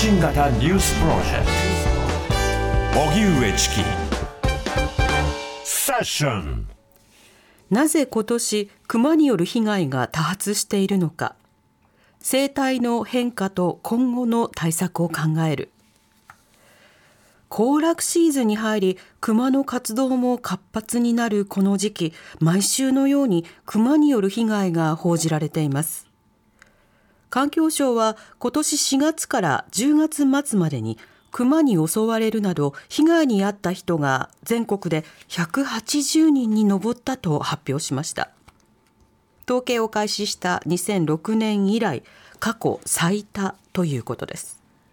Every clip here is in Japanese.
信型ニュースプロジェクト荻上チキセッション。 なぜ今年クマによる被害が多発しているのか、生態の変化と今後の対策を考える。行楽シーズンに入り、クマの活動も活発になるこの時期、毎週のようにクマによる被害が報じられています。環境省は今年4月から10月末までにクマに襲われるなど被害に遭った人が全国で180人に上ったと発表しました。統計を開始した2006年以来過去最多ということです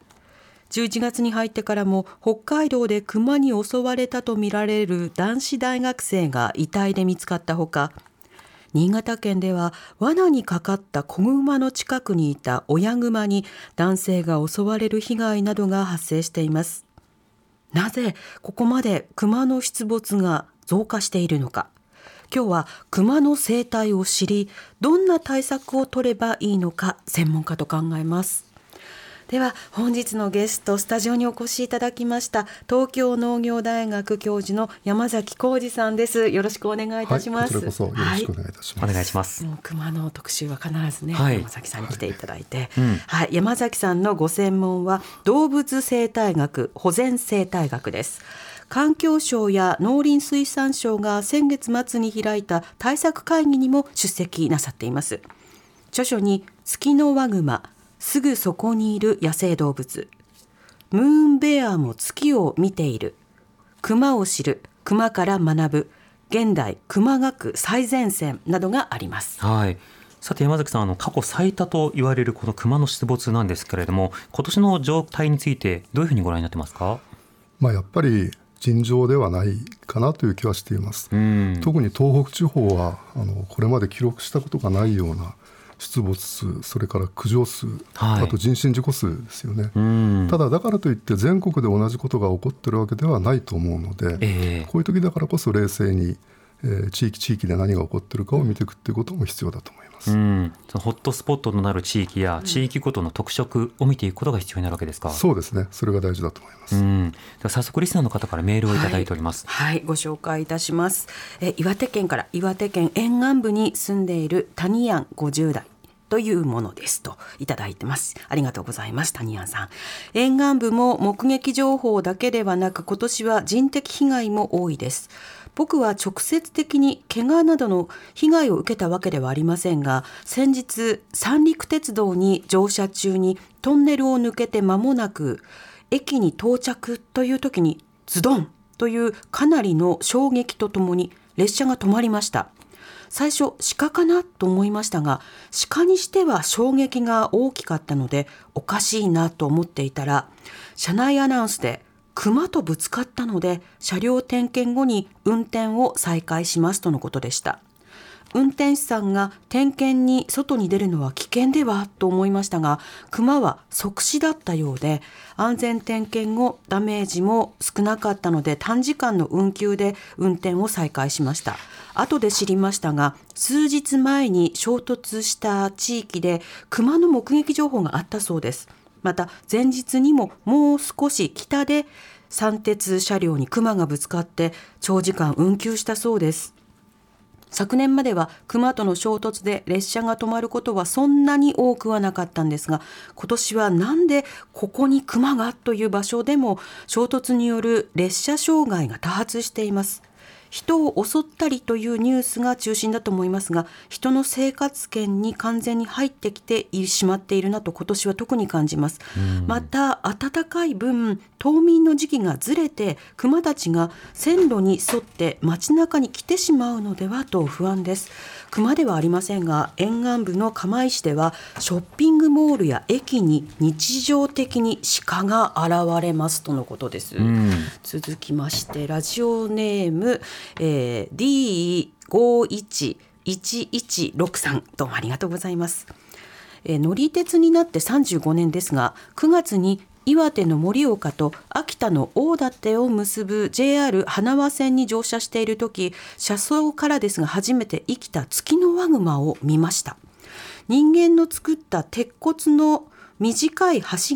。11月に入ってからも北海道でクマに襲われたとみられる男子大学生が遺体で見つかったほか、新潟県では罠にかかった子グマの近くにいた親グマに男性が襲われる被害などが発生しています。なぜここまでクマの出没が増加しているのか。今日はクマの生態を知り、どんな対策を取ればいいのか専門家と考えます。では本日のゲスト、スタジオにお越しいただきました東京農業大学教授の山崎浩二さんです。よろしくお願いいたします。 こちらこそよろしくお願いいたします。 はい、 お願いします。クマの特集は必ずね、山崎さんに来ていただいて、山崎さんのご専門は動物生態学、保全生態学です。環境省や農林水産省が先月末に開いた対策会議にも出席なさっています。著書にツキノワグマ、すぐそこにいる野生動物、ムーンベアも月を見ている、クマを知る、クマから学ぶ、現代クマ学最前線などがあります。 はい。さて山崎さん、過去最多と言われるこのクマの出没なんですけれども、今年の状態についてどういうふうにご覧になってますか？ やっぱり尋常ではないかなという気はしています。特に東北地方はこれまで記録したことがないような出没数、それから駆除数、あと人身事故数ですよね。ただだからといって全国で同じことが起こっているわけではないと思うので、こういう時だからこそ冷静に、地域で何が起こっているかを見ていくということも必要だと思います。 そのホットスポットとなる地域や地域ごとの特色を見ていくことが必要になるわけですか？ そうですね、それが大事だと思います。 では早速リスナーの方からメールをいただいております。 はい、ご紹介いたします。岩手県沿岸部に住んでいるタニヤン50代というものですといただいてます。ありがとうございます。タニヤンさん、沿岸部も目撃情報だけではなく、今年は人的被害も多いです。僕は直接的に怪我などの被害を受けたわけではありませんが、先日三陸鉄道に乗車中にトンネルを抜けて間もなく駅に到着という時にズドンというかなりの衝撃とともに列車が止まりました。最初鹿かなと思いましたが、鹿にしては衝撃が大きかったのでおかしいなと思っていたら、車内アナウンスで熊とぶつかったので車両点検後に運転を再開しますとのことでした。運転手さんが点検に外に出るのは危険ではと思いましたが、熊は即死だったようで、安全点検後ダメージも少なかったので短時間の運休で運転を再開しました。後で知りましたが、数日前に衝突した地域で熊の目撃情報があったそうです。また前日にももう少し北で山鉄車両に熊がぶつかって長時間運休したそうです。昨年までは熊との衝突で列車が止まることはそんなに多くはなかったんですが、今年はなんでここに熊がという場所でも衝突による列車障害が多発しています。人を襲ったりというニュースが中心だと思いますが、人の生活圏に完全に入ってきてしまっているなと今年は特に感じます。また暖かい分、冬眠の時期がずれて熊たちが線路に沿って街中に来てしまうのではと不安です。熊ではありませんが、沿岸部の釜石ではショッピングモールや駅に日常的に鹿が現れますとのことです。続きましてラジオネーム、D511163、どうもありがとうございます。乗り鉄になって35年ですが、9月に岩手の盛岡と秋田の大館を結ぶ JR 花輪線に乗車している時、車窓からですが初めて生きたツキノワグマを見ました。人間の作った鉄骨の短い橋が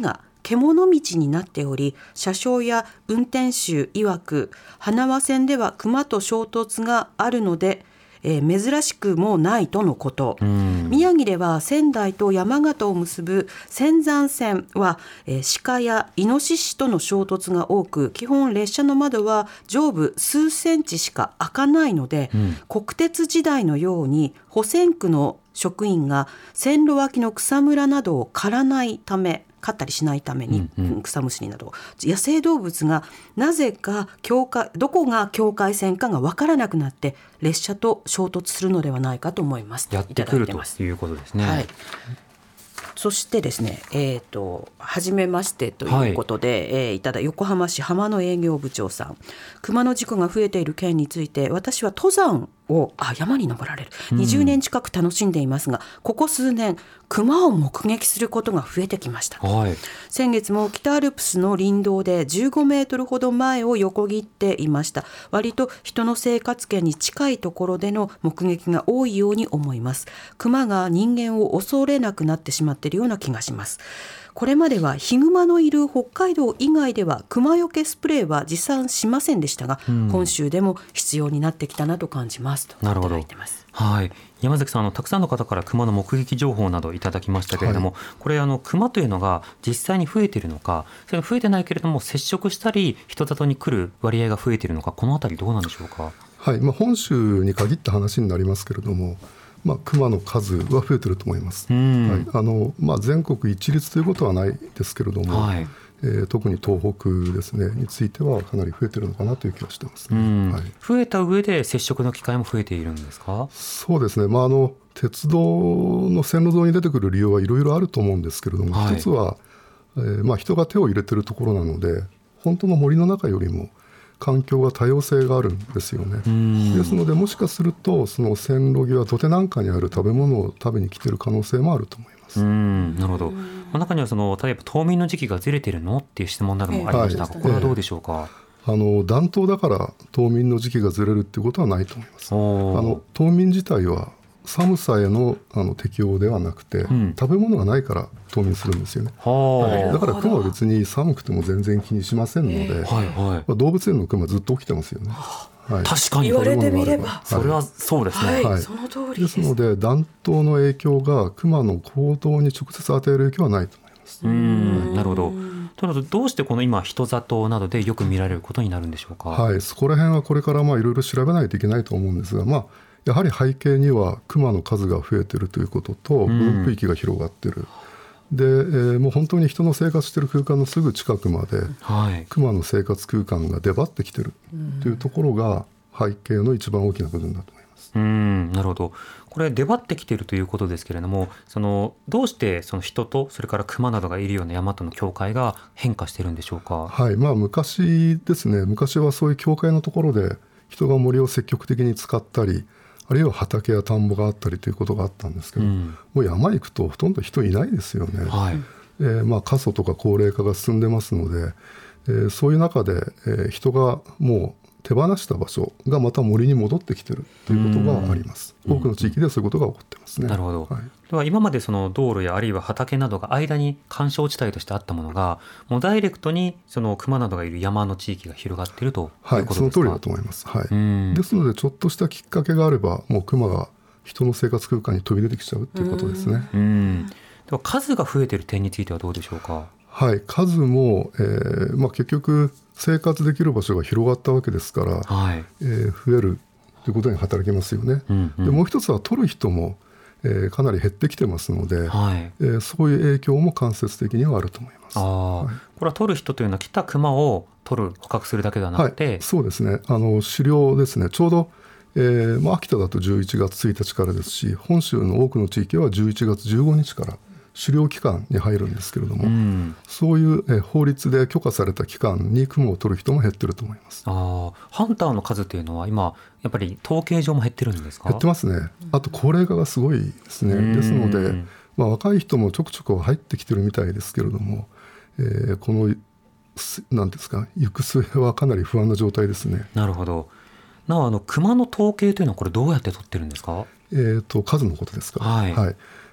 獣道になっており、車掌や運転手曰く花輪線では熊と衝突があるので、珍しくもないとのこと。宮城では仙台と山形を結ぶ仙山線は、鹿やイノシシとの衝突が多く、基本列車の窓は上部数センチしか開かないので、国鉄時代のように保線区の職員が線路脇の草むらなどを刈ったりしないために、草むしりなど野生動物がなぜかどこが境界線かが分からなくなって列車と衝突するのではないかと思います。 やってくるということですね。 はい、そしてですね、初めましてということで、いただ横浜市浜野営業部長さん、熊の事故が増えている件について、私は登山を山に登られる20年近く楽しんでいますが、ここ数年熊を目撃することが増えてきました。先月も北アルプスの林道で15メートルほど前を横切っていました。割と人の生活圏に近いところでの目撃が多いように思います。熊が人間を恐れなくなってしまっているような気がします。これまではヒグマのいる北海道以外では熊よけスプレーは持参しませんでしたが、本州でも必要になってきたなと感じますといただいてます。 はい、山崎さん、たくさんの方から熊の目撃情報などいただきましたけれども、これ熊というのが実際に増えているのか、それ増えてないけれども接触したり人里に来る割合が増えているのか、このあたりどうなんでしょうか。 はい、本州に限った話になりますけれども、熊の数は増えていると思います。全国一律ということはないですけれども、特に東北ですねについてはかなり増えているのかなという気がしています、 増えた上で接触の機会も増えているんですか。 そうですね、鉄道の線路沿いに出てくる理由はいろいろあると思うんですけれども、一つは、人が手を入れているところなので、本当の森の中よりも環境は多様性があるんですよね。ですので、もしかするとその線路際土手なんかにある食べ物を食べに来ている可能性もあると思います。 なるほど。中には例えば冬眠の時期がずれているのっていう質問などもありましたが、これはどうでしょうか。 暖冬だから冬眠の時期がずれるっていうことはないと思います。冬眠自体は寒さへの適応ではなくて、食べ物がないから冬眠するんですよね。だから熊は別に寒くても全然気にしませんので、動物園の熊ずっと起きてますよね。 確かに言われてみれば、 それはそうですね。 その通りです。 ですので暖冬の影響が熊の行動に直接与える影響はないと思います。 なるほど。ということで、どうしてこの今人里などでよく見られることになるんでしょうか。 そこら辺はこれからいろいろ調べないといけないと思うんですが、やはり背景には熊の数が増えているということと、分布域が広がっている。で、もう本当に人の生活している空間のすぐ近くまで、熊の生活空間が出張ってきているというところが背景の一番大きな部分だと思います。 なるほど。これ出張ってきているということですけれども、どうして人とそれから熊などがいるような山との境界が変化しているんでしょうか。 昔ですね、昔はそういう境界のところで人が森を積極的に使ったり、あるいは畑や田んぼがあったりということがあったんですけど、もう山行くとほとんど人いないですよね。過疎とか高齢化が進んでますので、そういう中で、人がもう手放した場所がまた森に戻ってきているということがあります。多くの地域でそういうことが起こってますね。 なるほど。では今まで道路やあるいは畑などが間に緩衝地帯としてあったものが、もうダイレクトに熊などがいる山の地域が広がっているということですか。 その通りだと思います。ですのでちょっとしたきっかけがあれば、もう熊が人の生活空間に飛び出てきちゃうということですね。 では数が増えている点についてはどうでしょうか。 数も、結局生活できる場所が広がったわけですから、増えるということに働きますよね。でもう一つは取る人も、かなり減ってきてますので、そういう影響も間接的にはあると思います。 これは取る人というのは来た熊を取る捕獲するだけではなくて、 そうですね、狩猟ですね。ちょうど、秋田だと11月1日からですし、本州の多くの地域は11月15日から狩猟期間に入るんですけれども、そういう、法律で許可された期間に熊を取る人も減ってると思います。 ハンターの数というのは今やっぱり統計上も減ってるんですか。 減ってますね。あと高齢化がすごいですね。ですので、若い人もちょくちょく入ってきてるみたいですけれども、この何ですか、行く末はかなり不安な状態ですね。 なるほど。なお熊の統計というのはこれどうやって取ってるんですか。 数のことですか。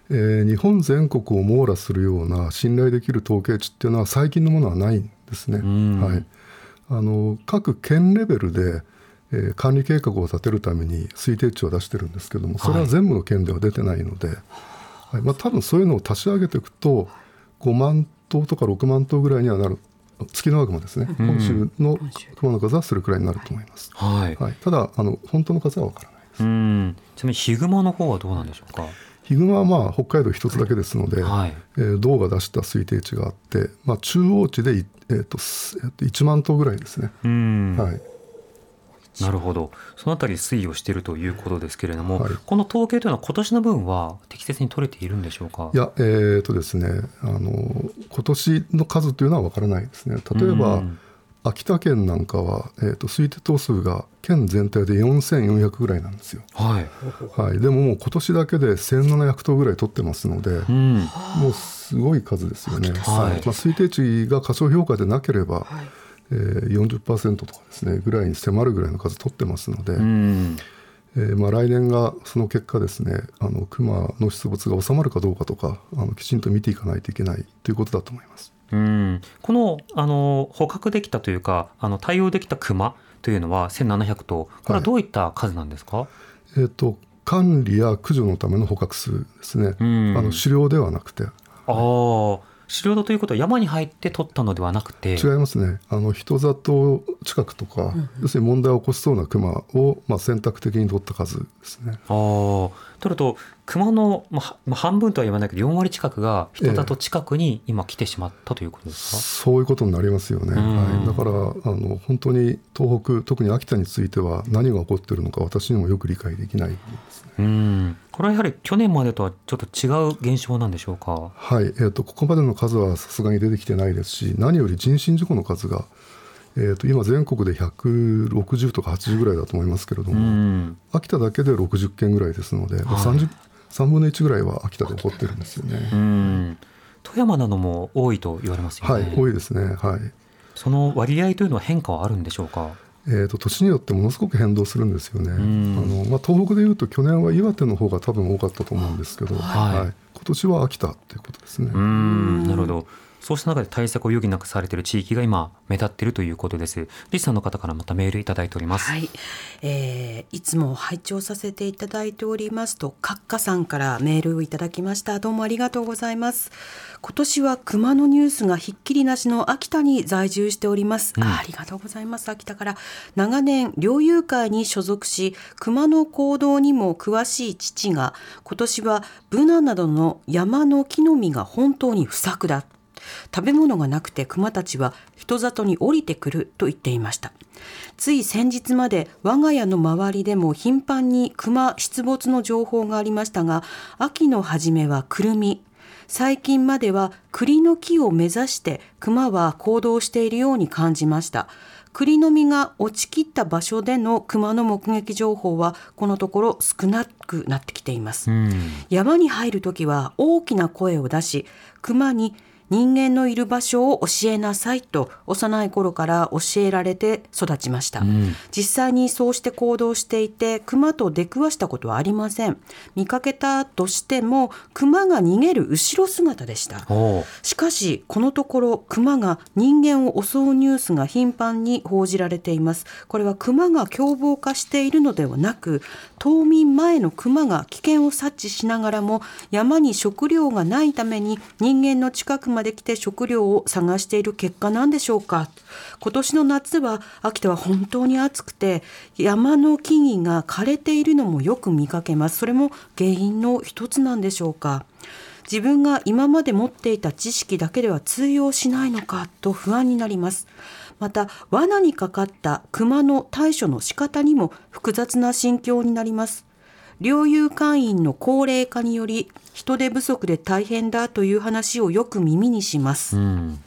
日本全国を網羅するような信頼できる統計値っていうのは最近のものはないんですね。はい、各県レベルで、管理計画を立てるために推定値を出してるんですけども、それは全部の県では出てないので、はい、多分そういうのを足し上げていくと5万頭とか6万頭ぐらいにはなる。月のワグマですね、本州のクマの数はそれくらいになると思います。はいはい、ただ本当の数は分からないです。 ちなみにヒグマの方はどうなんでしょうか。 ヒグマは北海道一つだけですので、はい、道が出した推定値があって、中央値で、1万頭ぐらいですね。はい、 なるほど。そのあたり推移をしているということですけれども、はい、この統計というのは今年の分は適切に取れているんでしょうか。 いや、ですね、今年の数というのは分からないですね。例えば秋田県なんかは、推定頭数が県全体で4400ぐらいなんですよ。はいはい、でももう今年だけで1700頭ぐらい取ってますので、もうすごい数ですよね。はい、推定値が過小評価でなければ、40% とかですねぐらいに迫るぐらいの数取ってますので、来年がその結果ですね、クマの出没が収まるかどうかとかきちんと見ていかないといけないということだと思います。 この捕獲できたというか対応できたクマというのは1700頭、これはどういった数なんですか。はい、 管理や駆除のための捕獲数ですね。狩猟ではなくて。 狩猟だということは山に入って取ったのではなくて。 違いますね。人里近くとか、要するに問題を起こしそうなクマを、選択的に取った数ですね。 とるとクマの、半分とは言わないけど4割近くが人里近くに今来てしまったということですか。 そういうことになりますよね。はい、だから本当に東北、特に秋田については何が起こっているのか私にもよく理解できないですね。 これはやはり去年までとはちょっと違う現象なんでしょうか。 はい、ここまでの数はさすがに出てきてないですし、何より人身事故の数が今全国で160とか80ぐらいだと思いますけれども、秋田だけで60件ぐらいですので、3分の1ぐらいは秋田で起こってるんですよね。 富山なども多いと言われますよね。 はい、多いですね。はい、 その割合というのは変化はあるんでしょうか。 土地によってものすごく変動するんですよね。東北でいうと去年は岩手の方が多分多かったと思うんですけど、今年は秋田ということですね。 なるほど。そうした中で対策を余儀なくされている地域が今目立っているということです。リスナーの方からまたメールいただいております。 はい、いつも拝聴させていただいておりますとカッカさんからメールをいただきました。どうもありがとうございます。今年はクマのニュースがひっきりなしの秋田に在住しております。ありがとうございます。秋田から長年猟友会に所属しクマの行動にも詳しい父が今年はブナなどの山の木の実が本当に不作だ、食べ物がなくてクマたちは人里に降りてくると言っていました。つい先日まで我が家の周りでも頻繁にクマ出没の情報がありましたが、秋の初めはクルミ、最近までは栗の木を目指してクマは行動しているように感じました。栗の実が落ちきった場所でのクマの目撃情報はこのところ少なくなってきています。山に入るときは大きな声を出し、クマに人間のいる場所を教えなさいと幼い頃から教えられて育ちました。実際にそうして行動していてクマと出くわしたことはありません。見かけたとしてもクマが逃げる後ろ姿でした。しかしこのところクマが人間を襲うニュースが頻繁に報じられています。これはクマが凶暴化しているのではなく、冬眠前のクマが危険を察知しながらも山に食料がないために人間の近くまで来て食料を探している結果なんでしょうか。今年の夏は秋田は本当に暑くて山の木々が枯れているのもよく見かけます。それも原因の一つなんでしょうか。自分が今まで持っていた知識だけでは通用しないのかと不安になります。また罠にかかったクマの対処の仕方にも複雑な心境になります。猟友会員の高齢化により人手不足で大変だという話をよく耳にします。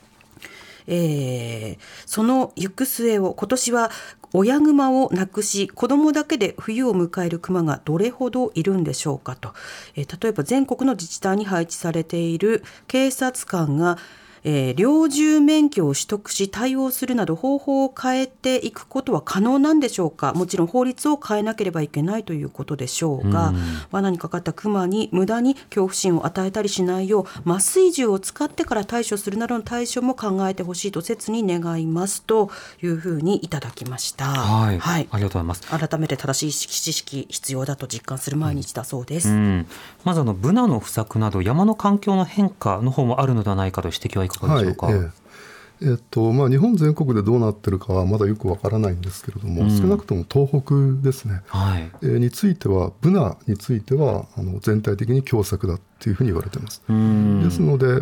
その行く末を今年は親グマをなくし子供だけで冬を迎えるクマがどれほどいるんでしょうかと、例えば全国の自治体に配置されている警察官が猟銃免許を取得し対応するなど方法を変えていくことは可能なんでしょうか。もちろん法律を変えなければいけないということでしょうが、罠にかかったクマに無駄に恐怖心を与えたりしないよう麻酔銃を使ってから対処するなどの対処も考えてほしいと切に願いますというふうにいただきました。 はい、ありがとうございます。 改めて正しい知識必要だと実感する毎日だそうです。 まずブナの不作など山の環境の変化の方もあるのではないかという指摘はいかがでしょうか。 日本全国でどうなっているかはまだよくわからないんですけれども、少なくとも東北ですね、についてはブナについては全体的に凶作だっていうふうに言われています。ですので、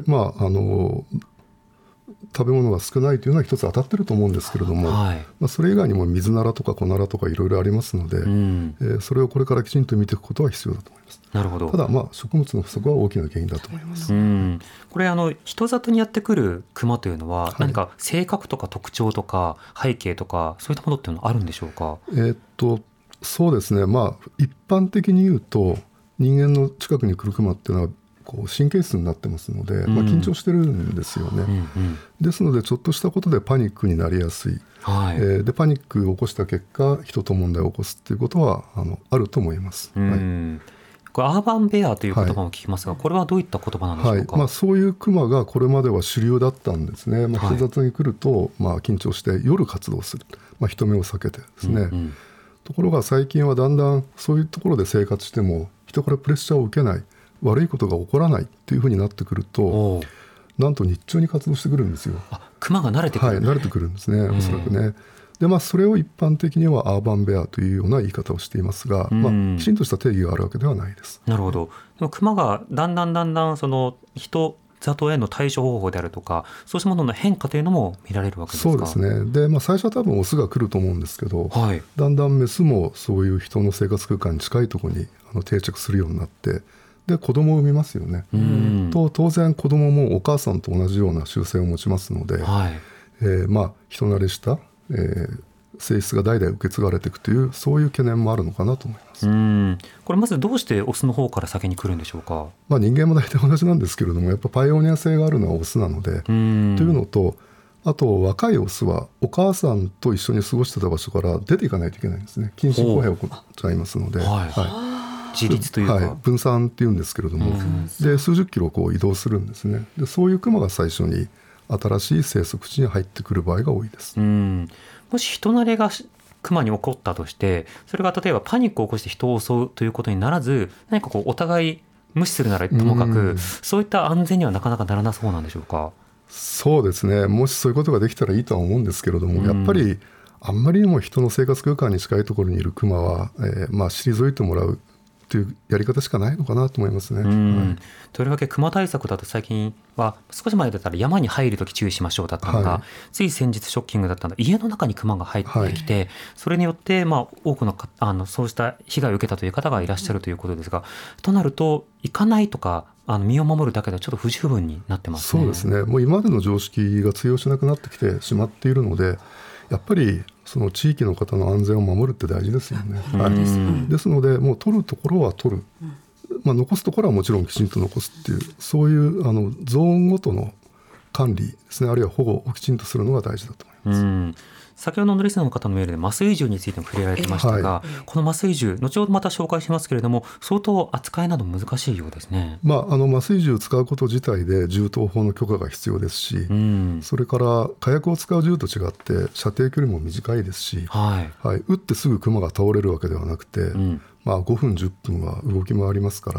食べ物が少ないというのは一つ当たってると思うんですけれども、それ以外にも水ならとか小ならとかいろいろありますので、それをこれからきちんと見ていくことは必要だと思います。 なるほど。 ただ食物の不足は大きな原因だと思います。 これ人里にやってくるクマというのは何か性格とか特徴とか背景とかそういったものっていうのはあるんでしょうか。 そうですね、一般的に言うと人間の近くに来るクマっていうのは神経質になってますので、緊張してるんですよね。ですのでちょっとしたことでパニックになりやすい、でパニックを起こした結果人と問題を起こすということはあると思います。 これアーバンベアという言葉も聞きますが、これはどういった言葉なんでしょうか。 そういうクマがこれまでは主流だったんですね。人里に来ると緊張して夜活動する、人目を避けてですね。ところが最近はだんだんそういうところで生活しても人からプレッシャーを受けない、悪いことが起こらないっていうふうになってくると、なんと日中に活動してくるんですよ。 クマが慣れてくる、 慣れてくるんですね、おそらくね。でそれを一般的にはアーバンベアというような言い方をしていますが、きちんとした定義があるわけではないです。 なるほど。でもクマがだんだんその人里への対処方法であるとかそうしたものの変化というのも見られるわけですか。 そうですね。で、最初は多分オスが来ると思うんですけど、だんだんメスもそういう人の生活空間に近いところに定着するようになって、で子供を産みますよね。と当然子供もお母さんと同じような習性を持ちますので、人慣れした、性質が代々受け継がれていくというそういう懸念もあるのかなと思います。 これまずどうしてオスの方から先に来るんでしょうか。 人間も大体同じなんですけれども、やっぱパイオニア性があるのはオスなのでというのと、あと若いオスはお母さんと一緒に過ごしてた場所から出ていかないといけないんですね。近親交配を行っちゃいますので、 自立というか、 分散っていうんですけれども、で数十キロ移動するんですね。でそういうクマが最初に新しい生息地に入ってくる場合が多いです。 もし人慣れがクマに起こったとして、それが例えばパニックを起こして人を襲うということにならず、何かお互い無視するならともかく、そういった安全にはなかなかならなそうなんでしょうか。 そうですね。もしそういうことができたらいいとは思うんですけれども、やっぱりあんまりにも人の生活空間に近いところにいるクマは、退いてもらうというやり方しかないのかなと思いますね。 とりわけクマ対策だと最近は少し前だったら山に入るとき注意しましょうだったのが、つい先日ショッキングだったのが家の中にクマが入ってきて、それによって多くのそうした被害を受けたという方がいらっしゃるということですが、となると行かないとか身を守るだけではちょっと不十分になってますね。そうですね。 もう今までの常識が通用しなくなってきてしまっているので、やっぱりその地域の方の安全を守るって大事ですよね。ですのでもう取るところは取る、残すところはもちろんきちんと残すっていう、そういうゾーンごとの管理ですね、あるいは保護をきちんとするのが大事だと思います。 先ほどのリスナーの方のメールで麻酔銃についても触れられてましたが、この麻酔銃後ほどまた紹介しますけれども、相当扱いなど難しいようですね。 麻酔銃を使うこと自体で銃刀法の許可が必要ですし、それから火薬を使う銃と違って射程距離も短いですし、撃ってすぐクマが倒れるわけではなくて、5分10分は動き回りますから、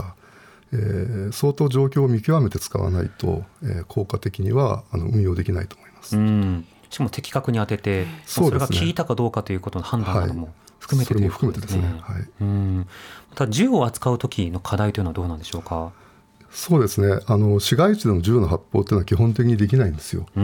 相当状況を見極めて使わないと、効果的には運用できないと思います。 しかも的確に当てて、それが効いたかどうかということの判断なども含めてということですね。また銃を扱う時の課題というのはどうなんでしょうか。 そうですね。市街地での銃の発砲というのは基本的にできないんですよ。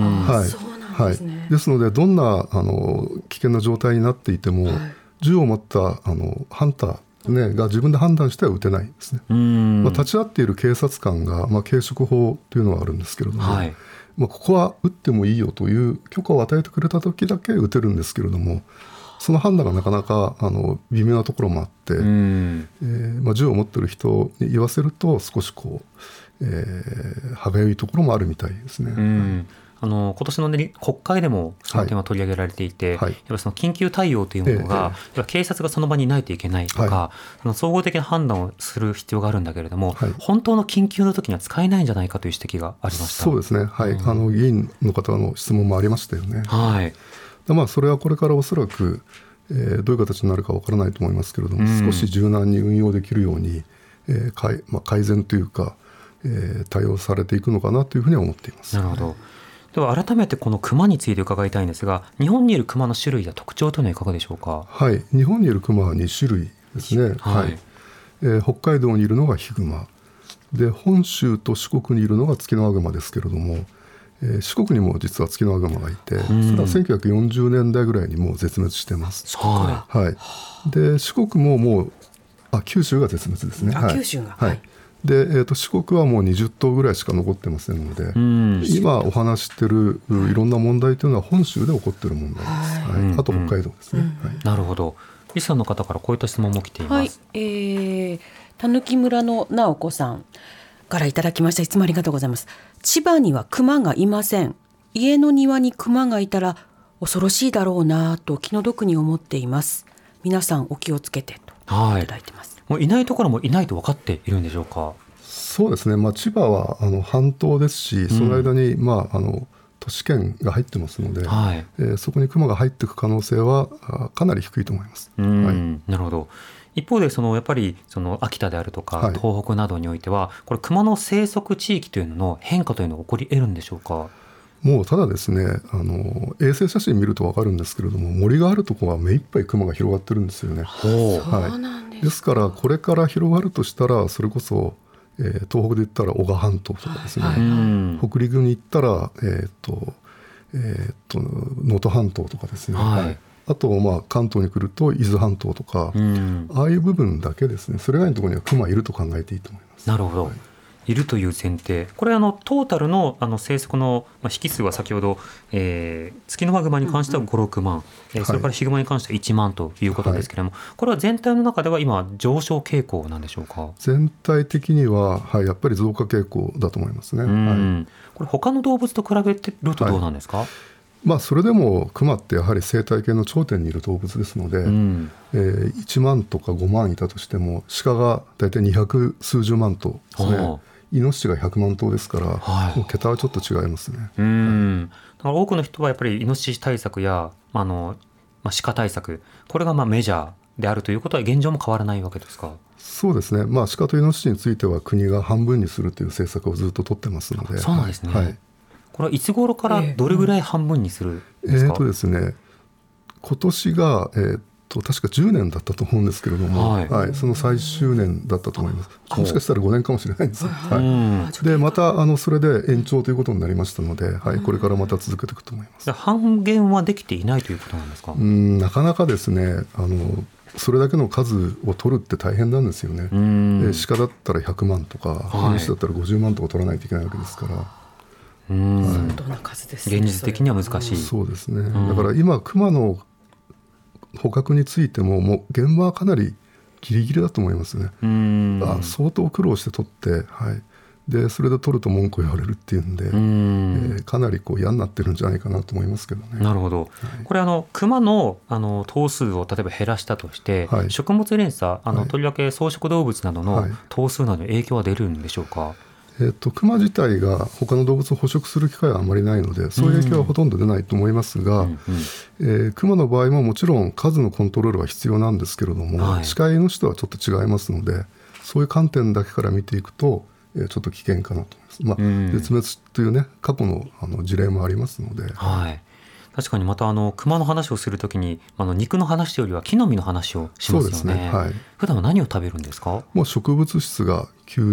ですのでどんな危険な状態になっていても、銃を持ったハンターが自分で判断しては撃てないんですね。立ち会っている警察官が、警職法というのはあるんですけれども、ここは撃ってもいいよという許可を与えてくれた時だけ撃てるんですけれども、 その判断がなかなか微妙なところもあって、銃を持ってる人に言わせると少し歯がゆいところもあるみたいですね。 今年の、国会でもその点は取り上げられていて、やっぱりその緊急対応というものが、警察がその場にいないといけないとか、総合的な判断をする必要があるんだけれども、本当の緊急の時には使えないんじゃないかという指摘がありました。 そうですね、議員の方の質問もありましたよね。それはこれからおそらく、どういう形になるかわからないと思いますけれども、少し柔軟に運用できるように、改善というか、対応されていくのかなというふうには思っています。 なるほど。では改めてこのクマについて伺いたいんですが、日本にいるクマの種類や特徴というのはいかがでしょうか。 日本にいるクマは2種類ですね。北海道にいるのがヒグマで、本州と四国にいるのがツキノワグマですけれども、四国にも実はツキノワグマがいて、それは1940年代ぐらいにもう絶滅してます。で四国ももう九州が絶滅ですね。 九州が、 で四国はもう20頭ぐらいしか残ってませんので、今お話しているいろんな問題というのは本州で起こっている問題です。あと北海道ですね。 なるほど。リスナーの方からこういった質問も来ています。 たぬき村の直子さんからいただきました。いつもありがとうございます。千葉にはクマがいません。家の庭にクマがいたら恐ろしいだろうなと気の毒に思っています。皆さんお気をつけてといただいてます。 もういないところもいないと分かっているんでしょうか。 そうですね、千葉は半島ですし、その間に、都市圏が入ってますので、そこにクマが入っていく可能性はかなり低いと思います。 なるほど。一方でやっぱり秋田であるとか、東北などにおいてはこれクマの生息地域というのの変化というのは起こり得るんでしょうか。 もうただですね、衛星写真見ると分かるんですけれども、森があるところは目いっぱいクマが広がってるんですよね。ですからこれから広がるとしたら、それこそ、東北で言ったら男鹿半島とかですね、北陸に行ったら能登半島とかですね、あと関東に来ると伊豆半島とか、ああいう部分だけですね。それ以外のところにはクマいると考えていいと思います。 なるほど。いるという前提、これトータルの生息の引数は先ほど、ツキノワグマに関しては5、6万、それからヒグマに関しては1万ということですけれども、これは全体の中では今上昇傾向なんでしょうか。 全体的には、やっぱり増加傾向だと思いますね。 これ他の動物と比べてるとどうなんですか。 それでもクマってやはり生態系の頂点にいる動物ですので、1万とか5万いたとしても、鹿が大体200数十万頭ですね。イノシシが100万頭ですから、もう桁はちょっと違いますね。 だから多くの人はやっぱりイノシシ対策や鹿対策、これがメジャーであるということは現状も変わらないわけですか。 そうですね、鹿とイノシシについては国が半分にするという政策をずっと取ってますので。 そうなんですね。これはいつ頃からどれぐらい半分にするんですか。 ですね、今年が、確か10年だったと思うんですけれども、その最終年だったと思います。もしかしたら5年かもしれないんです。でまたそれで延長ということになりましたので、これからまた続けていくと思います。 半減はできていないということなんですか。 なかなかですね、それだけの数を取るって大変なんですよね。鹿だったら100万とか、イノシシだったら50万とか取らないといけないわけですから、 相当な数ですね。 現実的には難しい。 そうですね。だから今クマの捕獲についても、もう現場はかなりギリギリだと思いますね。相当苦労して取って、でそれで取ると文句を言われるっていうんで、かなり嫌になってるんじゃないかなと思いますけどね。 なるほど。これクマの頭数を例えば減らしたとして、食物連鎖とりわけ草食動物などの頭数などに影響は出るんでしょうか。 クマ自体が他の動物を捕食する機会はあまりないので、そういう影響はほとんど出ないと思いますが、クマの場合ももちろん数のコントロールは必要なんですけれども、鹿イノシシとはちょっと違いますので、そういう観点だけから見ていくとちょっと危険かなと思います。絶滅というね、過去の事例もありますので。 確かにまたクマの話をするときに肉の話よりは木の実の話をしますよね。そうですね。普段は何を食べるんですか。 もう植物質が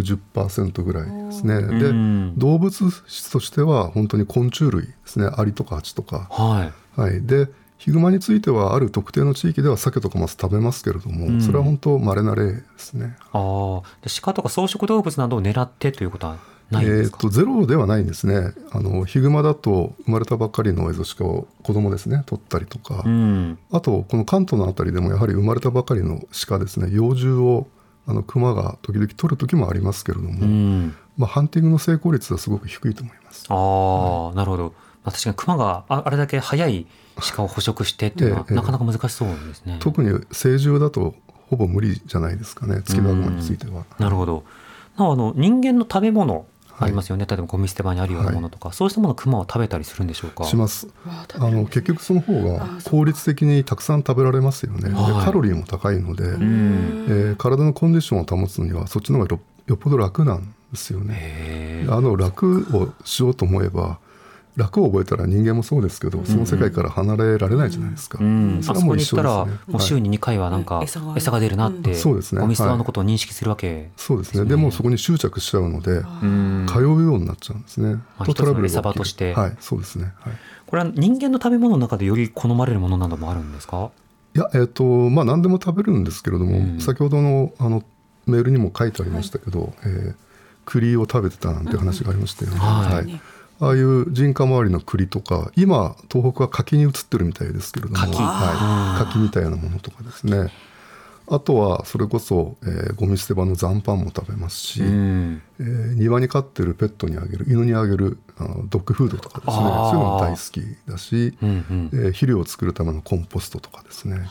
90% ぐらいですね。で動物質としては本当に昆虫類ですね。アリとかハチとか、でヒグマについてはある特定の地域ではサケとかマス食べますけれども、それは本当稀な例ですね。 鹿とか草食動物などを狙ってということはないんですか？ ゼロではないんですね。ヒグマだと生まれたばっかりのエゾシカを子供ですね取ったりとか、あとこの関東のあたりでもやはり生まれたばかりの鹿ですね、幼獣をクマが時々取る時もありますけれども、ハンティングの成功率はすごく低いと思います。 なるほど。確かにクマがあれだけ早い鹿を捕食してっていうのはなかなか難しそうですね。 特に成獣だとほぼ無理じゃないですかね、ツキノワグマについては。 なるほど。人間の食べ物ありますよね、例えばゴミ捨て場にあるようなものとか、そうしたものをクマは食べたりするんでしょうか？ します。結局その方が効率的にたくさん食べられますよね。でカロリーも高いので、体のコンディションを保つにはそっちの方がよっぽど楽なんですよね。楽をしようと思えば、楽を覚えたら人間もそうですけど、その世界から離れられないじゃないですか。それはもう一緒ですね。あそこに行ったらもう週に2回はなんか餌が出るなって、 そうですね、 ゴミ捨て場のことを認識するわけですね。 そうですね。でもそこに執着しちゃうので通うようになっちゃうんですね。 一つの餌場として。 そうですね。 これは人間の食べ物の中でより好まれるものなどもあるんですか？ いや、何でも食べるんですけれども、先ほどのメールにも書いてありましたけど、栗を食べてたなんて話がありましたよね。ああいう人家周りの栗とか、今東北は柿に移ってるみたいですけれども、柿みたいなものとかですね。あとはそれこそ、ゴミ捨て場の残飯も食べますし、庭に飼ってるペットにあげる、犬にあげるドッグフードとかですね、そういうのも大好きだし、肥料を作るためのコンポストとかですね、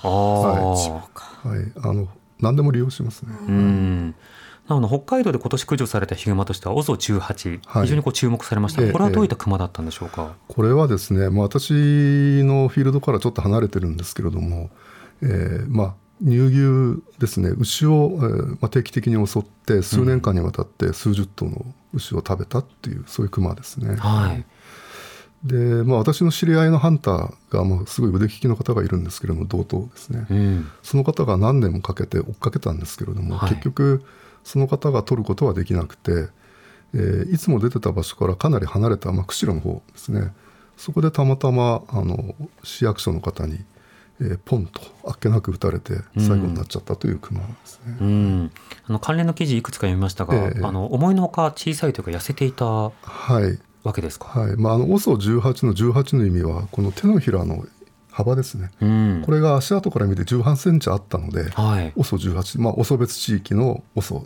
何でも利用しますね。 北海道で今年駆除されたヒグマとしては OSO18、非常に注目されました。これはどういったクマだったんでしょうか？これはですね、私のフィールドからちょっと離れてるんですけれども、乳牛ですね、牛を、定期的に襲って数年間にわたって数十頭の牛を食べたっていう、そういうクマですね。で、私の知り合いのハンターがすごい腕利きの方がいるんですけれども、同頭ですね、その方が何年もかけて追っかけたんですけれども、結局その方が取ることはできなくて、いつも出てた場所からかなり離れた、釧路の方ですね、そこでたまたま市役所の方に、ポンとあっけなく撃たれて最後になっちゃったというクマですね。関連の記事いくつか読みましたが、思いのほか小さいというか痩せていたわけですか？ OSO18 の18の意味はこの手のひらの幅ですね、これが足跡から見て18センチあったので、OSO18、オソ別地域の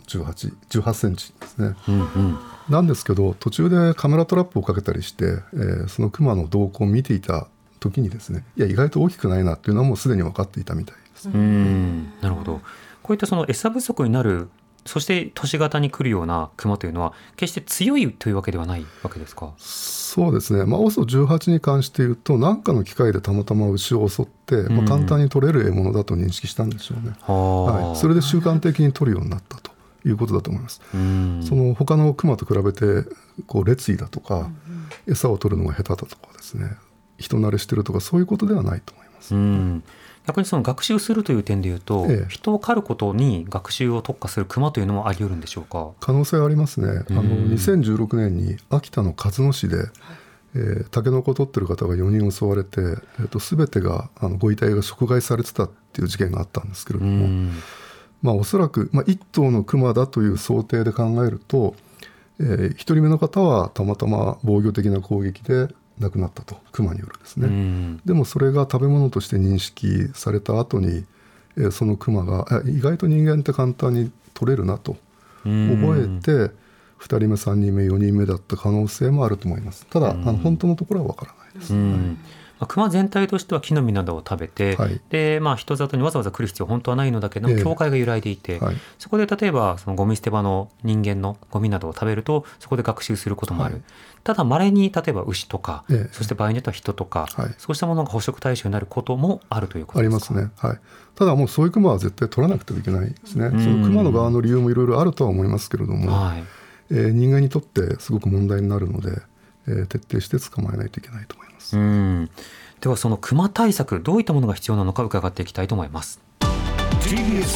OSO18 センチですね。なんですけど、途中でカメラトラップをかけたりして、そのクマの動向を見ていた時にですね、意外と大きくないなっていうのはもうすでに分かっていたみたいです。 なるほど。こういったその餌不足になる、そして都市型に来るようなクマというのは決して強いというわけではないわけですか？ そうですね、OSO18 に関して言うと、何かの機会でたまたま牛を襲って、簡単に取れる獲物だと認識したんでしょうね。それで習慣的に取るようになったということだと思います。その他のクマと比べて劣位だとか、餌を取るのが下手だとかですね、人慣れしてるとか、そういうことではないと思います。 逆にその学習するという点でいうと、人を狩ることに学習を特化するクマというのもあり得るんでしょうか？ 可能性はありますね。2016年に秋田の鹿角市で、タケノコを取ってる方が4人襲われて、全てがご遺体が食害されてたっていう事件があったんですけれども、おそらく、1頭のクマだという想定で考えると、1人目の方はたまたま防御的な攻撃で亡くなったと、クマによるですね。でもそれが食べ物として認識された後に、そのクマが意外と人間って簡単に取れるなと覚えて、2人目3人目4人目だった可能性もあると思います。ただ本当のところは分からないです。 クマ全体としては木の実などを食べて、で人里にわざわざ来る必要は本当はないのだけど、境界が揺らいでいて、そこで例えばそのゴミ捨て場の人間のゴミなどを食べると、そこで学習することもある。ただ稀に例えば牛とか、そして場合によっては人とか、そうしたものが捕食対象になることもあるということですか？ ありますね。ただもうそういうクマは絶対取らなくてはいけないですね。そのクマの側の理由もいろいろあるとは思いますけれども、人間にとってすごく問題になるので、徹底して捕まえないといけないと思います。 ではそのクマ対策、どういったものが必要なのか伺っていきたいと思います。 TBS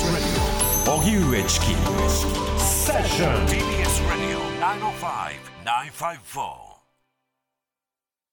Radio 荻上チキセッション TBS Radio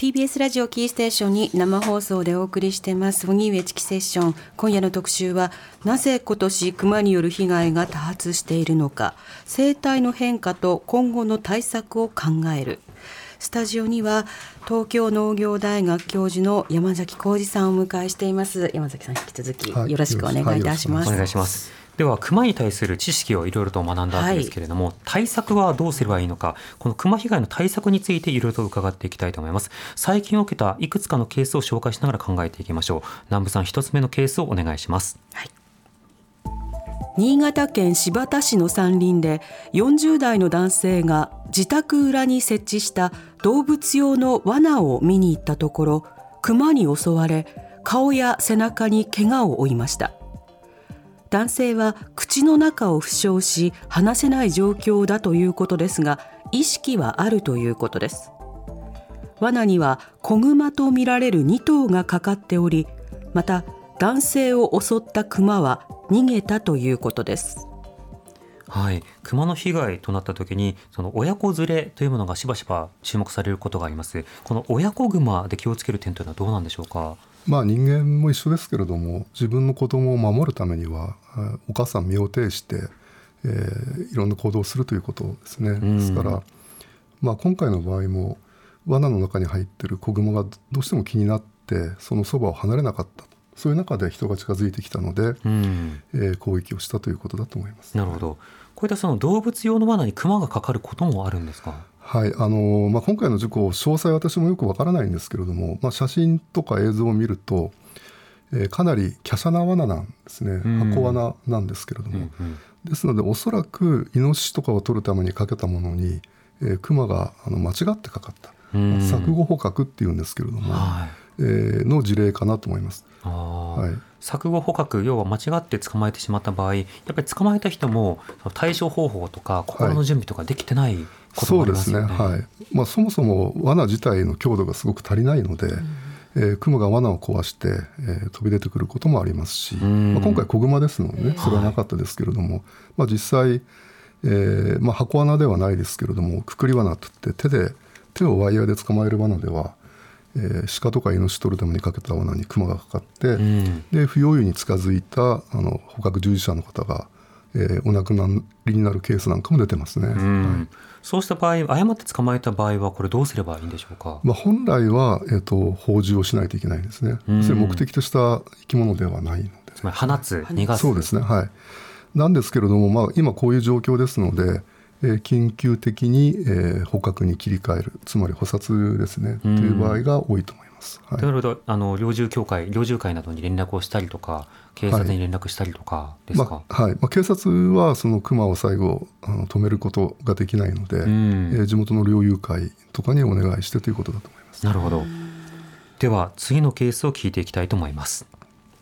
TBS ラジオキーステーションに生放送でお送りしてます荻上チキセッション。今夜の特集は、なぜ今年クマによる被害が多発しているのか、生態の変化と今後の対策を考える。スタジオには東京農業大学教授の山崎浩二さんをお迎えしています。山崎さん、引き続きよろしくお願いいたします。 お願いします。では、クマに対する知識をいろいろと学んだわけですけれども、対策はどうすればいいのか、このクマ被害の対策についていろいろと伺っていきたいと思います。最近起きたいくつかのケースを紹介しながら考えていきましょう。南部さん、一つ目のケースをお願いします。 はい、新潟県新発田市の山林で40代の男性が自宅裏に設置した動物用の罠を見に行ったところ、クマに襲われ顔や背中に怪我を負いました。男性は口の中を負傷し話せない状況だということですが、意識はあるということです。罠には子グマとみられる2頭がかかっており、また男性を襲ったクマは逃げたということです。 はい、クマの被害となった時に、その親子連れというものがしばしば注目されることがあります。この親子グマで気をつける点というのはどうなんでしょうか。 人間も一緒ですけれども、自分の子供を守るためにはお母さん身を挺して、いろんな行動をするということですね。ですから、今回の場合も罠の中に入っている子グマがどうしても気になってそのそばを離れなかった、そういう中で人が近づいてきたので、攻撃をしたということだと思います。 なるほど。こういったその動物用の罠にクマがかかることもあるんですか。 はい、今回の事故、詳細は私もよくわからないんですけれども、写真とか映像を見ると、かなり華奢な罠なんですね。箱罠なんですけれども、ですのでおそらくイノシシとかを取るためにかけたものに、クマが間違ってかかった、錯誤捕獲っていうんですけれども、の事例かなと思います。 錯誤捕獲、要は間違って捕まえてしまった場合、やっぱり捕まえた人も対処方法とか心の準備とかできてないこともありますよね。 そうですね。そもそも罠自体の強度がすごく足りないので、クマが罠を壊して、飛び出てくることもありますし、今回子グマですのでね、それはなかったですけれども、実際、箱罠ではないですけれども、くくり罠といって手をワイヤーで捕まえる罠では、鹿とかイノシシ取るためにかけた罠にクマがかかって、で不用意に近づいた捕獲従事者の方が、お亡くなりになるケースなんかも出てますね。 そうした場合、誤って捕まえた場合はこれどうすればいいんでしょうか。 本来は、放獣をしないといけないんですね。それ目的とした生き物ではないので、 つまり放つ、逃がす。 そうですね。なんですけれども、今こういう状況ですので、緊急的に、捕獲に切り替える、つまり捕殺ですね、という場合が多いと思います。 ということは、猟銃会などに連絡をしたりとか、警察に連絡したりとかですか。 警察はそのクマを最後止めることができないので、地元の猟友会とかにお願いしてということだと思います。 なるほど。では次のケースを聞いていきたいと思います。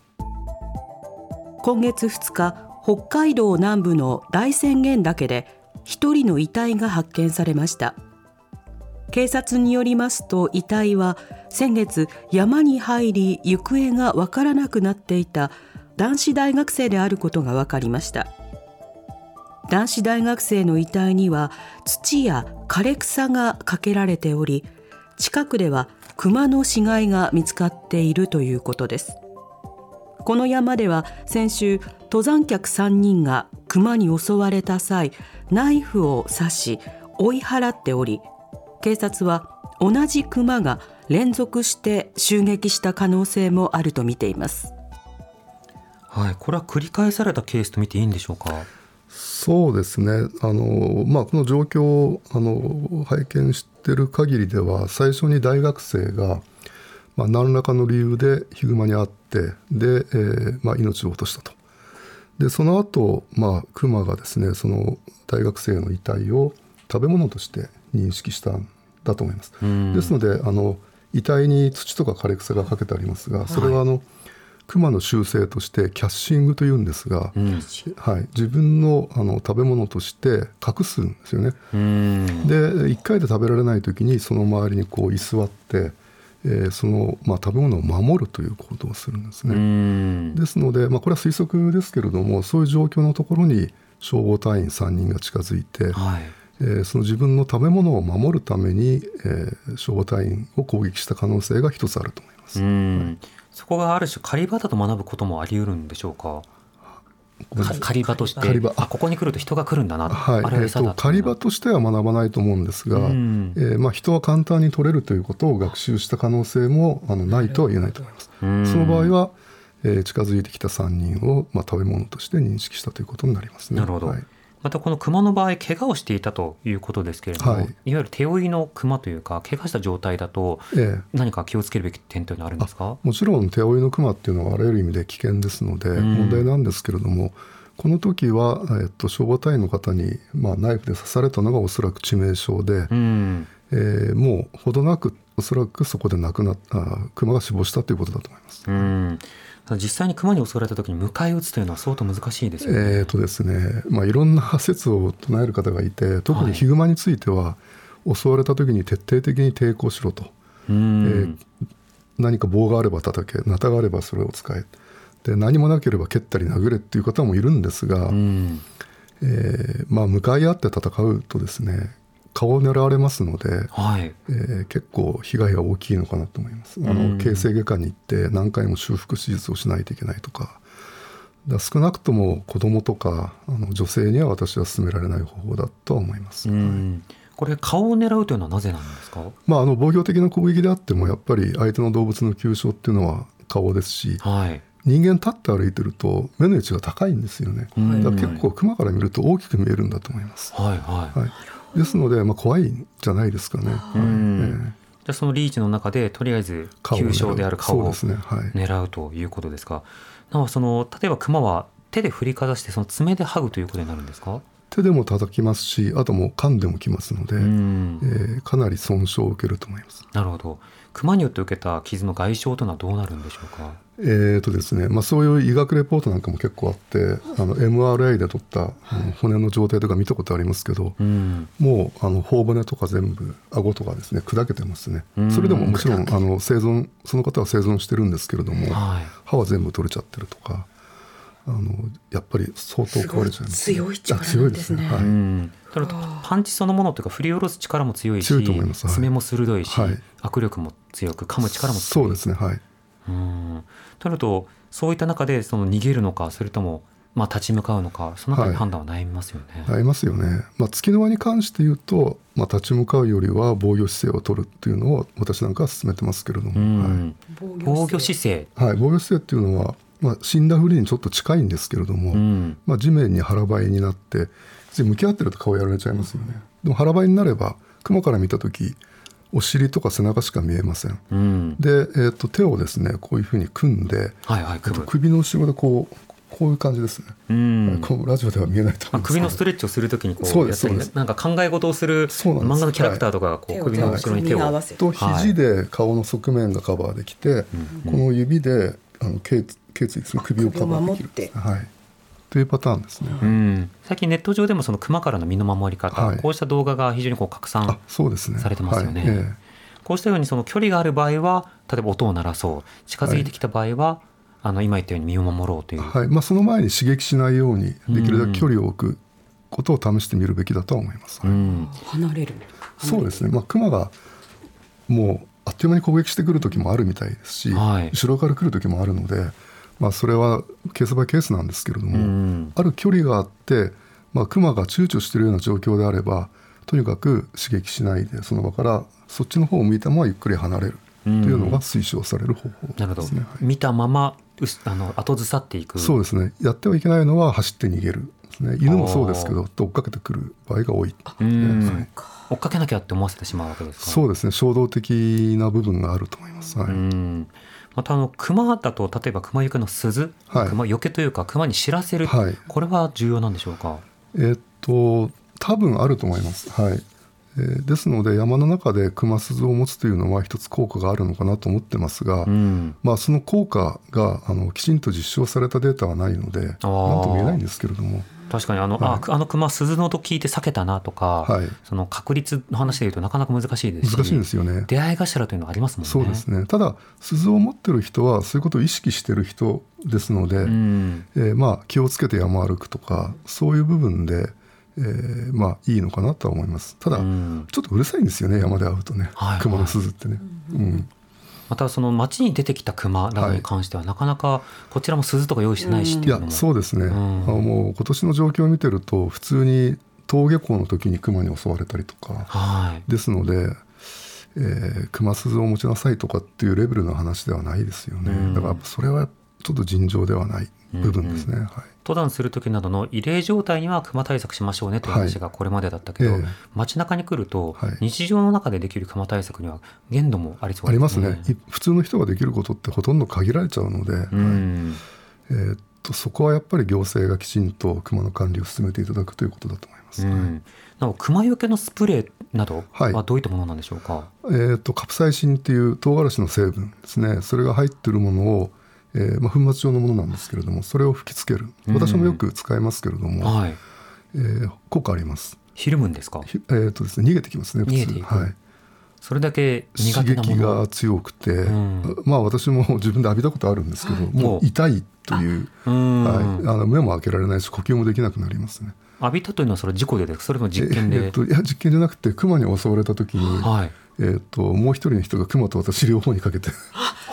今月2日、北海道南部の大泉源岳で一人の遺体が発見されました。警察によりますと、遺体は先月山に入り行方がわからなくなっていた男子大学生であることが分かりました。男子大学生の遺体には土や枯れ草がかけられており、近くではクマの死骸が見つかっているということです。この山では先週、登山客3人がクマに襲われた際、ナイフを刺し追い払っており、警察は同じクマが連続して襲撃した可能性もあると見ています。 これは繰り返されたケースと見ていいんでしょうか。 そうですね。この状況を拝見している限りでは、最初に大学生が、何らかの理由でヒグマに遭ってで、命を落としたと。でその後、クマがですね、その大学生の遺体を食べ物として認識したんだと思います。ですので遺体に土とか枯れ草がかけてありますが、それはクマの習性としてキャッシングというんですが、自分の食べ物として隠すんですよね。で1回で食べられない時にその周りにこう居座って、その食べ物を守るという行動をするんですね。ですので、これは推測ですけれども、そういう状況のところに消防隊員3人が近づいて、 その自分の食べ物を守るために、消防隊員を攻撃した可能性が一つあると思います。はい、 そこがある種狩り場だと学ぶこともあり得るんでしょうか。狩り場として、ここに来ると人が来るんだな、 はい、狩り場としては学ばないと思うんですが、人は簡単に取れるということを学習した可能性もないとは言えないと思います。その場合は、近づいてきた3人を、食べ物として認識したということになりますね。 なるほど。はい、またこのクマの場合怪我をしていたということですけれども、いわゆる手負いのクマというか怪我した状態だと何か気をつけるべき点というのはあるんですか。 もちろん手負いのクマっていうのはあらゆる意味で危険ですので問題なんですけれども、この時は、消防隊員の方に、ナイフで刺されたのがおそらく致命傷で、もうほどなくおそらくそこで亡くなったクマが死亡したということだと思います。 実際にクマに襲われた時に迎え撃つというのは相当難しいですよね。 ですね、いろんな説を唱える方がいて、特にヒグマについては、襲われた時に徹底的に抵抗しろと、何か棒があれば叩け、ナタがあればそれを使えで、何もなければ蹴ったり殴れっていう方もいるんですが、向かい合って戦うとですね、顔を狙われますので、結構被害が大きいのかなと思います。形成外科に行って何回も修復手術をしないといけないとか、少なくとも子どもとか女性には私は勧められない方法だとは思います。 これ顔を狙うというのはなぜなんですか。 防御的な攻撃であってもやっぱり相手の動物の急所っていうのは顔ですし、人間立って歩いてると目の位置が高いんですよね。だから結構クマから見ると大きく見えるんだと思います。ですので、怖いんじゃないですかね。 じゃあそのリーチの中でとりあえず急所である顔を狙うということですか。例えばクマは手で振りかざしてその爪で剥ぐということになるんですか。 手でも叩きますし、あともう噛んでもきますので、かなり損傷を受けると思います。 なるほど。クマによって受けた傷の外傷というのはどうなるんでしょうか。 ですね、そういう医学レポートなんかも結構あって、MRI で取った骨の状態とか見たことありますけど、もう頬骨とか全部顎とかですね砕けてますね。それでももちろんその方は生存してるんですけれども、歯は全部取れちゃってるとか、やっぱり相当壊れちゃいます。 強い力なんですね。 パンチそのものというか振り下ろす力も強いし、爪も鋭いし、握力も強く噛む力も強い。 そうですね。 となるとそういった中で逃げるのか、それとも立ち向かうのか、その辺り判断は悩みますよね。 悩みますよね。ツキノワに関して言うと、立ち向かうよりは防御姿勢を取るっていうのを私なんかは勧めてますけれども、 防御姿勢、 防御姿勢っていうのは、死んだふりにちょっと近いんですけれども、地面に腹ばいになって向き合ってると顔やられちゃいますよね。でも腹ばいになればクマから見た時お尻とか背中しか見えません。で、手をですねこういうふうに組んで、首の後ろでこういう感じですね。ラジオでは見えないと思います。 首のストレッチをするときにやったり、なんか考え事をする漫画のキャラクターとかが首の後ろに手をと肘で顔の側面がカバーできて、この指で頸椎ですね、首をカバーできる、というパターンですね。 最近ネット上でもそのクマからの身の守り方、こうした動画が非常に拡散されてますよね。こうしたようにその距離がある場合は例えば音を鳴らそう、近づいてきた場合は、今言ったように身を守ろうという、 その前に刺激しないようにできるだけ距離を置くことを試してみるべきだとは思います。 離れる。 そうですね。クマがもうあっという間に攻撃してくる時もあるみたいですし、後ろから来る時もあるので、それはケースバイケースなんですけれども、ある距離があって、クマが躊躇しているような状況であればとにかく刺激しないでその場からそっちの方を向いたままゆっくり離れるというのが推奨される方法ですね。 見たまま後ずさっていく。 そうですね。やってはいけないのは走って逃げるですね。犬もそうですけど追っかけてくる場合が多い。 追っかけなきゃって思わせてしまうわけですか。 そうですね。衝動的な部分があると思います。 またクマだと例えばクマよけの鈴、クマよけというかクマに知らせる、これは重要なんでしょうか。 多分あると思います。ですので山の中でクマ鈴を持つというのは一つ効果があるのかなと思ってますが、その効果がきちんと実証されたデータはないので何とも言えないんですけれども、 確かにクマ鈴の音聞いて避けたなとか、その確率の話でいうとなかなか難しいですし、 難しいんですよね。 出会い頭というのはありますもんね。 そうですね。ただ鈴を持ってる人はそういうことを意識してる人ですので、気をつけて山歩くとかそういう部分でいいのかなとは思います。ただ、ちょっとうるさいんですよね、山で会うとね、熊の鈴ってね。 またその街に出てきた熊などに関しては、なかなかこちらも鈴とか用意してないしっていうのも。 いやそうですね、もう今年の状況を見てると普通に登下校の時に熊に襲われたりとか、ですので、熊鈴を持ちなさいとかっていうレベルの話ではないですよね。だからそれはちょっと尋常ではない部分ですね。 登山する時などの異例状態には熊対策しましょうねという話がこれまでだったけど、街中に来ると日常の中でできる熊対策には限度もありそうですね。ありますね。 普通の人ができることってほとんど限られちゃうので、そこはやっぱり行政がきちんと熊の管理を進めていただくということだと思います。 なお熊よけのスプレーなどはどういったものなんでしょうか。 カプサイシンっていう唐辛子の成分ですね、それが入っているものを粉末状のものなんですけれども、それを吹きつける。私もよく使いますけれども、効果あります。 ひるむんですか。 ですね、逃げてきますね、普通。 それだけ苦手なもの、 刺激が強くて、私も自分で浴びたことあるんですけど、もう痛いという、目も開けられないし呼吸もできなくなりますね。 浴びたというのはそれ事故でですか、それも実験で。 いや実験じゃなくて、熊に襲われた時に、もう一人の人が熊と私両方にかけて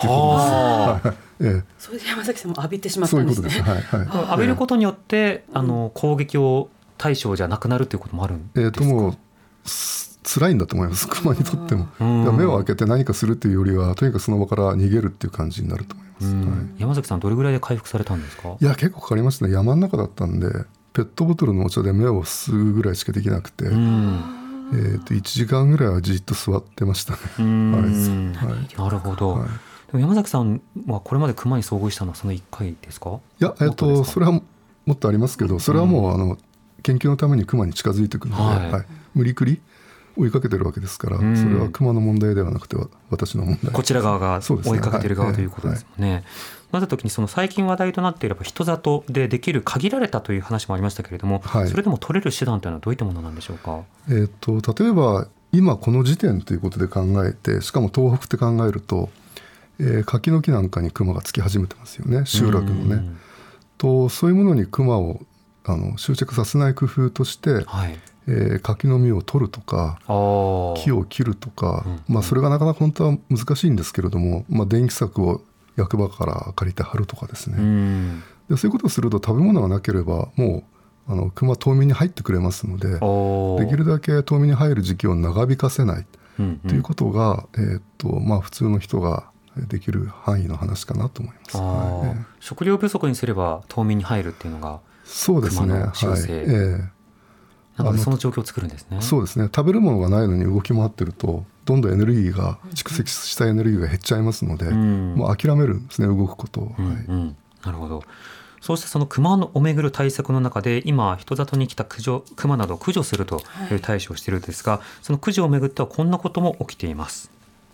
それで山崎さんも浴びてしまったんですね。 そういうことです。 浴びることによって攻撃を対象じゃなくなるということもあるんですか。 もう辛いんだと思います、熊にとっても。目を開けて何かするというよりは、とにかくその場から逃げるっていう感じになると思います。 山崎さん、どれぐらいで回復されたんですか。 いや結構かかりましたね。山の中だったんで、ペットボトルのお茶で目をすぐぐらいしかできなくて、1時間ぐらいはじっと座ってましたね。 なるほど。でも山崎さんはこれまで熊に遭遇したのはその1回ですか。 いや、それはもっとありますけど、それはもう研究のために熊に近づいていくので、無理くり追いかけてるわけですから、それは熊の問題ではなくて私の問題、 こちら側が追いかけてる側ということですもんね。なった時に、その最近話題となっていれば人里でできる限られたという話もありましたけれども、それでも取れる手段というのはどういったものなんでしょうか。 例えば今この時点ということで考えて、しかも東北って考えると、柿の木なんかに熊がつき始めてますよね、集落のね。そういうものに熊を執着させない工夫として、柿の実を取るとか木を切るとか、それがなかなか本当は難しいんですけれども、電気柵を役場から借りて貼るとかですね。でそういうことをすると、食べ物がなければもう熊は冬眠に入ってくれますので、できるだけ冬眠に入る時期を長引かせないということが、普通の人ができる範囲の話かなと思います。 食料不足にすれば冬眠に入るっていうのが熊の習性。その状況を作るんですね。 そうですね。食べるものがないのに動き回ってると、どんどんエネルギーが蓄積したエネルギーが減っちゃいますので、もう諦めるんですね、動くことを。 なるほど。そうしてその熊をめぐる対策の中で、今人里に来た熊などを駆除するという対処をしているんですが、その駆除をめぐってはこんなことも起きています。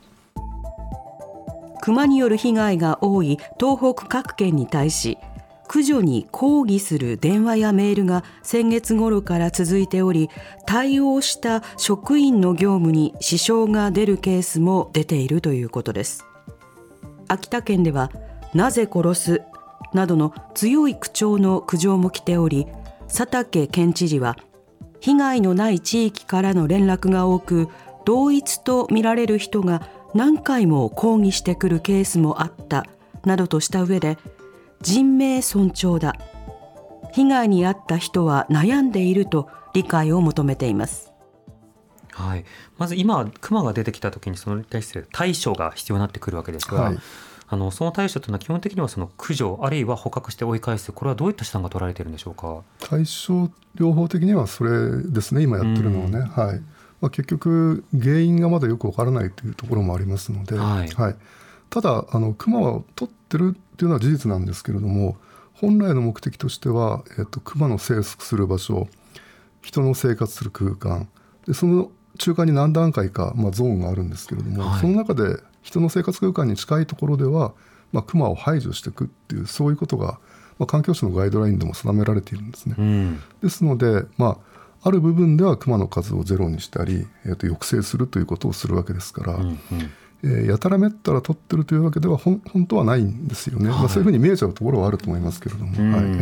熊による被害が多い東北各県に対し、駆除に抗議する電話やメールが先月頃から続いており、対応した職員の業務に支障が出るケースも出ているということです。秋田県ではなぜ殺すなどの強い口調の苦情も来ており、佐竹県知事は被害のない地域からの連絡が多く、同一と見られる人が何回も抗議してくるケースもあったなどとした上で、人命尊重だ、被害に遭った人は悩んでいると理解を求めています。 まず今熊が出てきた時に、そのに対して対処が必要になってくるわけですが、その対処というのは基本的にはその駆除あるいは捕獲して追い返す、これはどういった手段が取られているんでしょうか。 対処療法的にはそれですね、今やってるのはね。結局原因がまだよくわからないというところもありますので、ただ熊は取ってるっていうのは事実なんですけれども、本来の目的としては、熊の生息する場所、人の生活する空間で、その中間に何段階か、ゾーンがあるんですけれども、その中で人の生活空間に近いところでは、熊を排除していくっていう、そういうことが、環境省のガイドラインでも定められているんですね。ですので、ある部分では熊の数をゼロにしたり、抑制するということをするわけですから、やたらめったら取ってるというわけでは本当はないんですよね。そういうふうに見えちゃうところはあると思いますけれども、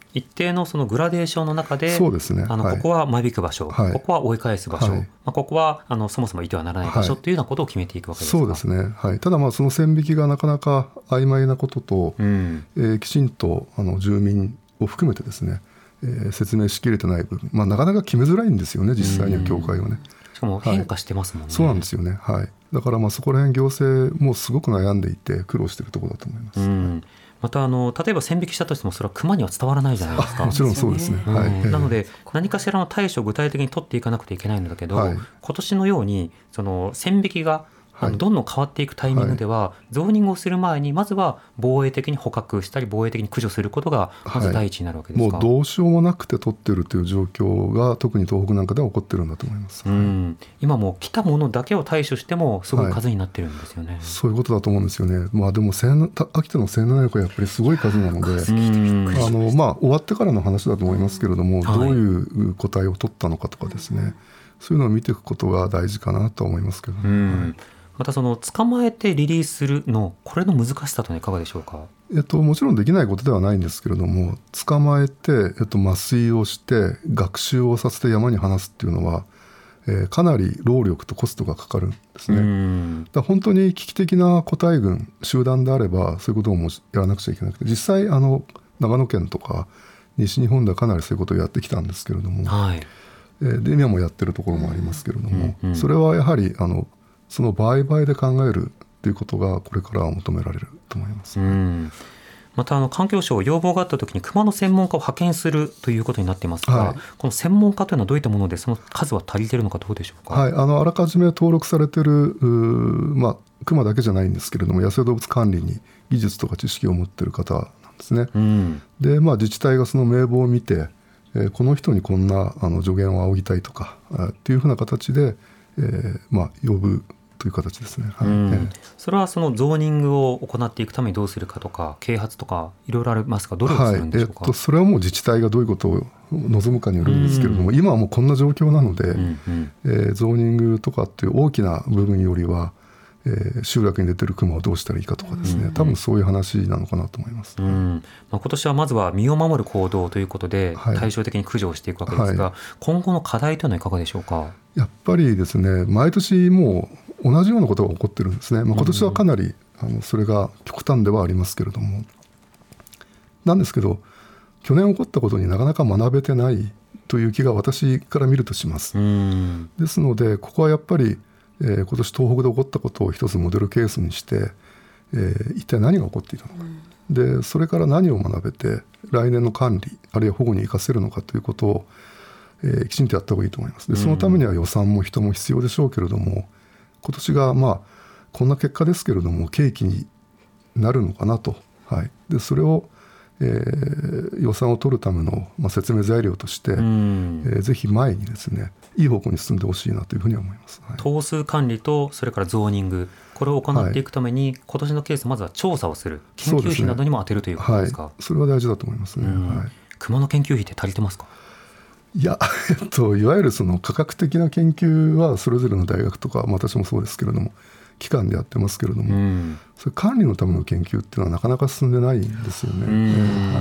一定のそのグラデーションの中で、 そうですね、 ここは間引く場所、ここは追い返す場所、ここはそもそもいてはならない場所というようなことを決めていくわけですか。 そうですね、ただその線引きがなかなか曖昧なことと、きちんと住民を含めてですね、説明しきれてない部分、なかなか決めづらいんですよね、実際には教会はね。 しかも変化してますもんね。 そうなんですよね、だからそこら辺行政もすごく悩んでいて苦労しているところだと思います。 また例えば線引きしたとしてもそれは熊には伝わらないじゃないですか。 もちろんそうですね、 なので何かしらの対処を具体的に取っていかなくてはいけないんだけど、今年のようにその線引きがどんどん変わっていくタイミングでは、ゾーニングをする前にまずは防衛的に捕獲したり防衛的に駆除することがまず第一になるわけですか。 もうどうしようもなくて取っているという状況が特に東北なんかでは起こっているんだと思います。 今もう来たものだけを対処してもすごい数になってるんですよね。 そういうことだと思うんですよね。でも秋田の1700はやっぱりすごい数なので、終わってからの話だと思いますけれども、どういう個体を取ったのかとかですね、そういうのを見ていくことが大事かなと思いますけどね。 またその捕まえてリリースするの、これの難しさというのはいかがでしょうか。 もちろんできないことではないんですけれども、捕まえて、麻酔をして学習をさせて山に放すっていうのは、かなり労力とコストがかかるんですね。だ本当に危機的な個体群集団であればそういうことをもやらなくちゃいけなくて、実際長野県とか西日本ではかなりそういうことをやってきたんですけれども、で今もやってるところもありますけれども、それはやはりその倍々で考えるということがこれからは求められると思います。 また環境省要望があったときに熊の専門家を派遣するということになっていますが、この専門家というのはどういったもので、その数は足りているのかどうでしょうか。 あらかじめ登録されている熊だけじゃないんですけれども、野生動物管理に技術とか知識を持っている方なんですね。で、自治体がその名簿を見て、この人にこんな助言を仰ぎたいとかっていうふうな形で、呼ぶという形ですね。 それはそのゾーニングを行っていくためにどうするかとか啓発とかいろいろありますが、どれをするんでしょうか。 それはもう自治体がどういうことを望むかによるんですけれども、今はもうこんな状況なので、ゾーニングとかっていう大きな部分よりは、集落に出てる熊をどうしたらいいかとかですね、多分そういう話なのかなと思います。 今年はまずは身を守る行動ということで対照的に駆除をしていくわけですが、今後の課題というのはいかがでしょうか。 やっぱりですね、毎年もう同じようなことが起こってるんですね。今年はかなりそれが極端ではありますけれども、なんですけど去年起こったことになかなか学べてないという気が私から見るとします。ですのでここはやっぱり、今年東北で起こったことを一つモデルケースにして、一体何が起こっていたのか、でそれから何を学べて来年の管理あるいは保護に生かせるのかということを、きちんとやった方がいいと思います。でそのためには予算も人も必要でしょうけれども、今年がこんな結果ですけれども契機になるのかなと、でそれを、予算を取るための、説明材料として、ぜひ前にですねいい方向に進んでほしいなというふうには思います。 頭数管理とそれからゾーニング、これを行っていくために、今年のケースまずは調査をする、研究費などにも当てるということですか。 それは大事だと思いますね。 熊の研究費って足りてますか。 いや、いわゆるその科学的な研究はそれぞれの大学とか、私もそうですけれども機関でやってますけれども、それ管理のための研究っていうのはなかなか進んでないんですよね。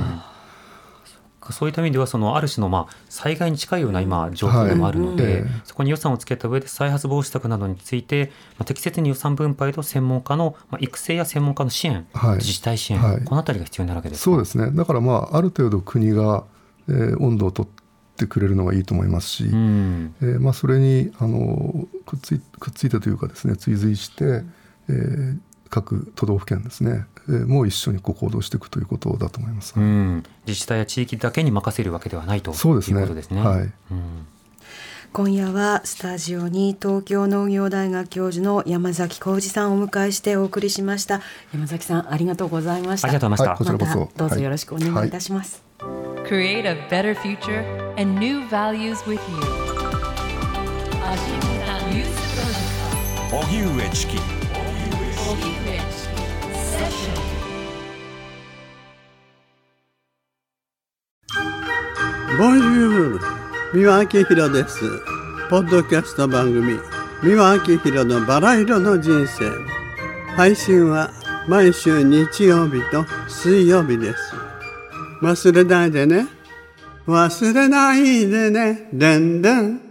そういった意味ではある種の災害に近いような今状況でもあるので、そこに予算をつけた上で再発防止策などについて、適切に予算分配と専門家の育成や専門家の支援、自治体支援、このあたりが必要になるわけですか。 そうですね。だからある程度国が、温度を取ってくれるのがいいと思いますし、それにくっついてというかですね、追随して、各都道府県ですね、もう一緒に行動していくということだと思います。 自治体や地域だけに任せるわけではないということですね。 今夜はスタジオに東京農業大学教授の山崎浩二さんをお迎えしてお送りしました。山崎さん、ありがとうございました。 ありがとうございました。 こちらこそどうぞよろしくお願いいたします。 Create a better future and new values with you. 荻上チキボンジュール、三輪明宏です。ポッドキャスト番組三輪明宏のバラ色の人生、配信は毎週日曜日と水曜日です。忘れないでね。 忘れないでねでんでん